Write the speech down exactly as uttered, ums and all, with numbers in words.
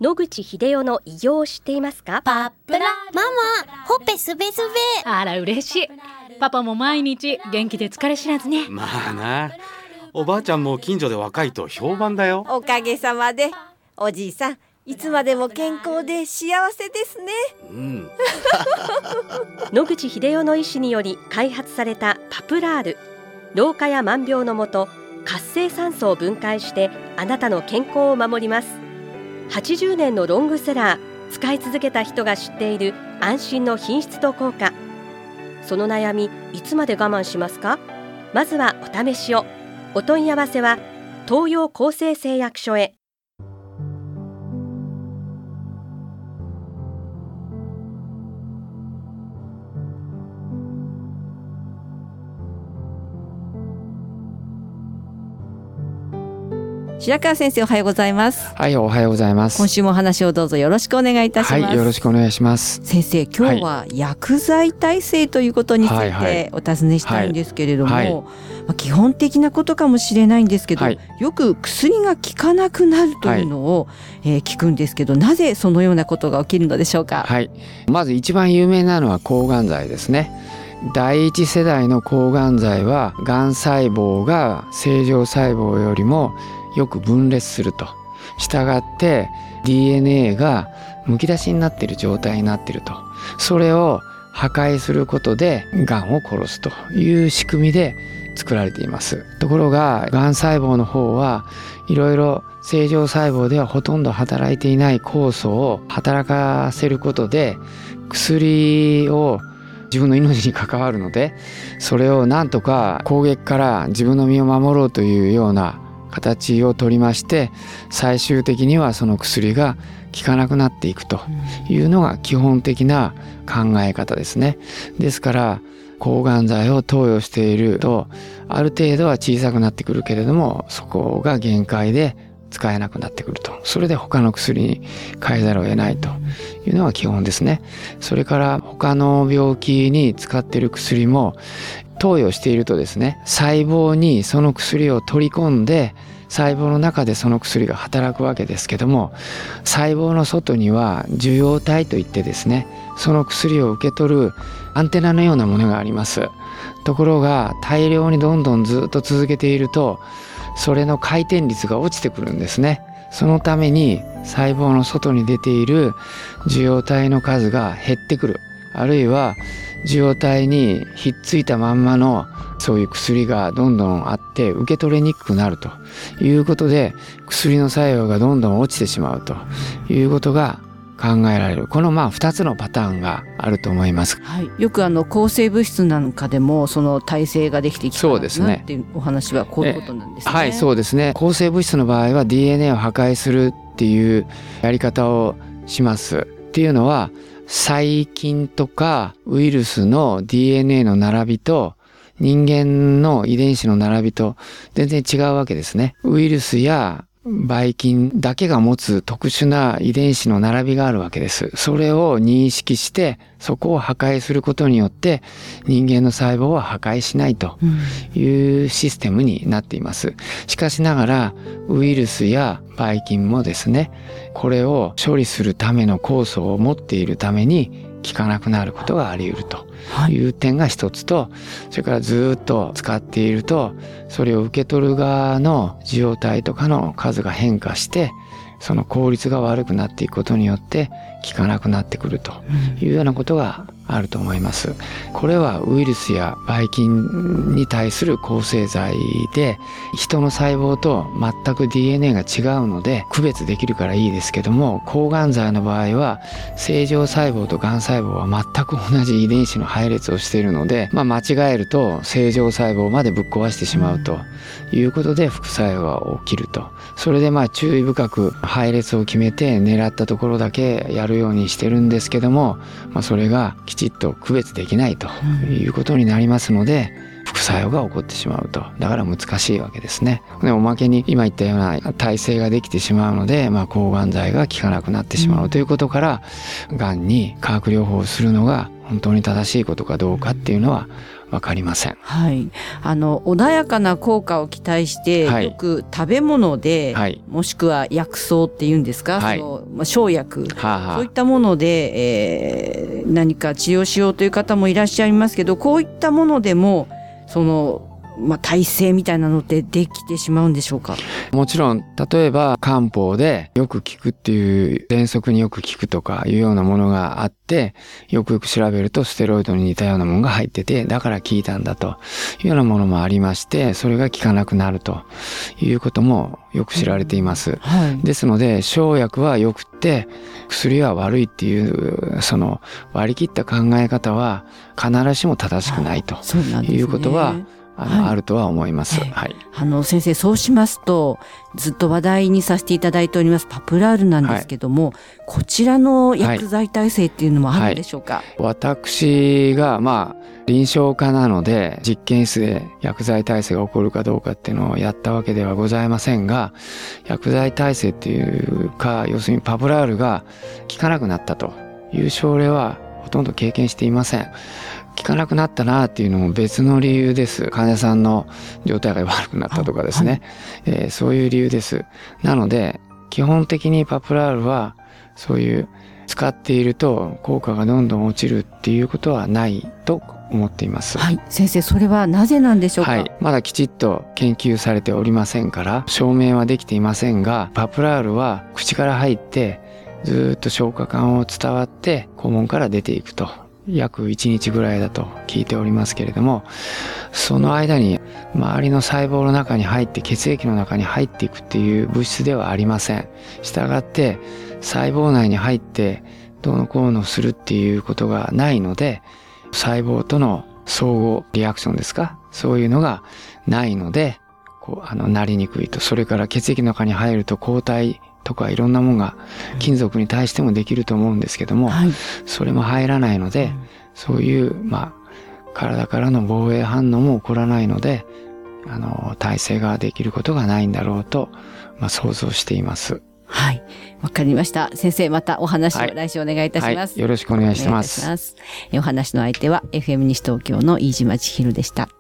野口英世の偉業を知っていますか？ パプラママ、ほっぺすべすべ。 あら嬉しい。パパも毎日元気で疲れ知らずね。 まあな、おばあちゃんも近所で若いと評判だよ。 おかげさまで。おじいさん、いつまでも健康で幸せですね。 うん野口英世の医師により開発されたパプラール。老化や万病のもと、活性酸素を分解してあなたの健康を守ります。はちじゅうねんのロングセラー、使い続けた人が知っている安心の品質と効果。その悩み、いつまで我慢しますか？まずはお試しを。お問い合わせは東洋厚生製薬所へ。 白川先生、おはようございます。 はい、おはようございます。 今週もお話をどうぞよろしくお願いいたします。 はい、よろしくお願いします。 先生、今日は薬剤耐性ということについてお尋ねしたいんですけれども、はいはいはい、まあ、基本的なことかもしれないんですけど、はい、よく薬が効かなくなるというのを、はい、えー、聞くんですけど、なぜそのようなことが起きるのでしょうか？ はい、まず一番有名なのは抗がん剤ですね。第一世代の抗がん剤は、がん細胞が正常細胞よりもよく分裂すると。したがって ディーエヌエー がむき出しになっている状態になっていると。それを破壊することでがんを殺すという仕組みで作られています。ところががん細胞の方はいろいろ正常細胞ではほとんど働いていない酵素を働かせることで、薬を自分の命に関わるので、それをなんとか攻撃から自分の身を守ろうというような形を取りまして、最終的にはその薬が効かなくなっていくというのが基本的な考え方ですね。ですから抗がん剤を投与していると、ある程度は小さくなってくるけれども、そこが限界で使えなくなってくると。それで他の薬に変えざるを得ないというのが基本ですね。それから他の病気に使っている薬も投与しているとですね、細胞にその薬を取り込んで、細胞の中でその薬が働くわけですけども、細胞の外には受容体といってですね、その薬を受け取るアンテナのようなものがあります。ところが大量にどんどんずっと続けていると、それの回転率が落ちてくるんですね。そのために細胞の外に出ている受容体の数が減ってくる。あるいは受容体にひっついたまんまのそういう薬がどんどんあって受け取れにくくなるということで、薬の作用がどんどん落ちてしまうということが考えられる。このまあふたつのパターンがあると思います。 はい、よくあの抗生物質なんかでもその耐性ができてきたなっていうお話はこういうことなんですね。 はい、そうですね。抗生物質の場合は ディーエヌエー を破壊するっていうやり方をします。っていうのは、細菌とかウイルスの ディーエヌエー の並びと人間の遺伝子の並びと全然違うわけですね。ウイルスやばい菌だけが持つ特殊な遺伝子の並びがあるわけです。それを認識してそこを破壊することによって人間の細胞は破壊しないというシステムになっています。しかしながらウイルスやばい菌もですね、これを処理するための酵素を持っているために効かなくなることがあり得るという点が一つと、それからずっと使っているとそれを受け取る側の受容体とかの数が変化してその効率が悪くなっていくことによって効かなくなってくるというようなことがあると思います。これはウイルスやばい菌に対する抗生剤で、人の細胞と全く ディーエヌエー が違うので区別できるからいいですけども、抗がん剤の場合は正常細胞とがん細胞は全く同じ遺伝子の配列をしているので、まあ、間違えると正常細胞までぶっ壊してしまうということで副作用が起きると。それでまあ注意深く配列を決めて狙ったところだけやるようにしてるんですけども、まあ、それがきちっと区別できないということになりますので、副作用が起こってしまうと。だから難しいわけですね。でおまけに今言ったような耐性ができてしまうので、まあ、抗がん剤が効かなくなってしまうということから、がんに化学療法をするのが本当に正しいことかどうかっていうのは分かりません。 はい、あの穏やかな効果を期待して、はい、よく食べ物で、はい、もしくは薬草っていうんですか、はい、そのまあ、生薬、はあはあ、そういったもので、えー、何か治療しようという方もいらっしゃいますけど、こういったものでもそのまあ、耐性みたいなのってできてしまうんでしょうか？ もちろん、例えば漢方でよく効くっていう、喘息によく効くとかいうようなものがあって、よくよく調べるとステロイドに似たようなものが入ってて、だから効いたんだというようなものもありまして、それが効かなくなるということもよく知られています。うん、はい、ですので、生薬はよくって薬は悪いっていう、その割り切った考え方は必ずしも正しくないということは、あの、はい、あるとは思います。 えー、 はい。 あの、先生、そうしますと、ずっと話題にさせていただいておりますパプラールなんですけども、はい、こちらの薬剤耐性っていうのもあるんでしょうか？はいはい、 私が、まあ、臨床家なので、実験室で薬剤耐性が起こるかどうかっていうのをやったわけではございませんが、薬剤耐性っていうか、要するにパプラールが効かなくなったという症例はほとんど経験していません。効かなくなったなっていうのも別の理由です。患者さんの状態が悪くなったとかですね、はい、えー、そういう理由です。なので基本的にパプラールはそういう使っていると効果がどんどん落ちるっていうことはないと思っています。 はい、先生、それはなぜなんでしょうか？ はい、まだきちっと研究されておりませんから証明はできていませんが、パプラールは口から入ってずっと消化管を伝わって肛門から出ていくと。約いちにちぐらいだと聞いておりますけれども、その間に周りの細胞の中に入って血液の中に入っていくっていう物質ではありません。したがって細胞内に入ってどうのこうのするっていうことがないので、細胞との相互リアクションですか、そういうのがないのでこうあのなりにくいと。それから血液の中に入ると抗体とかいろんなものが金属に対してもできると思うんですけども、はい、それも入らないので、そういうまあ体からの防衛反応も起こらないので、あの耐性ができることがないんだろうと、まあ、想像しています。 はい、わかりました。先生、またお話を来週お願いいたします。はいはい、よろしくお願いします。 お願いいたします。お話の相手は エフエム 西東京の飯島千尋でした。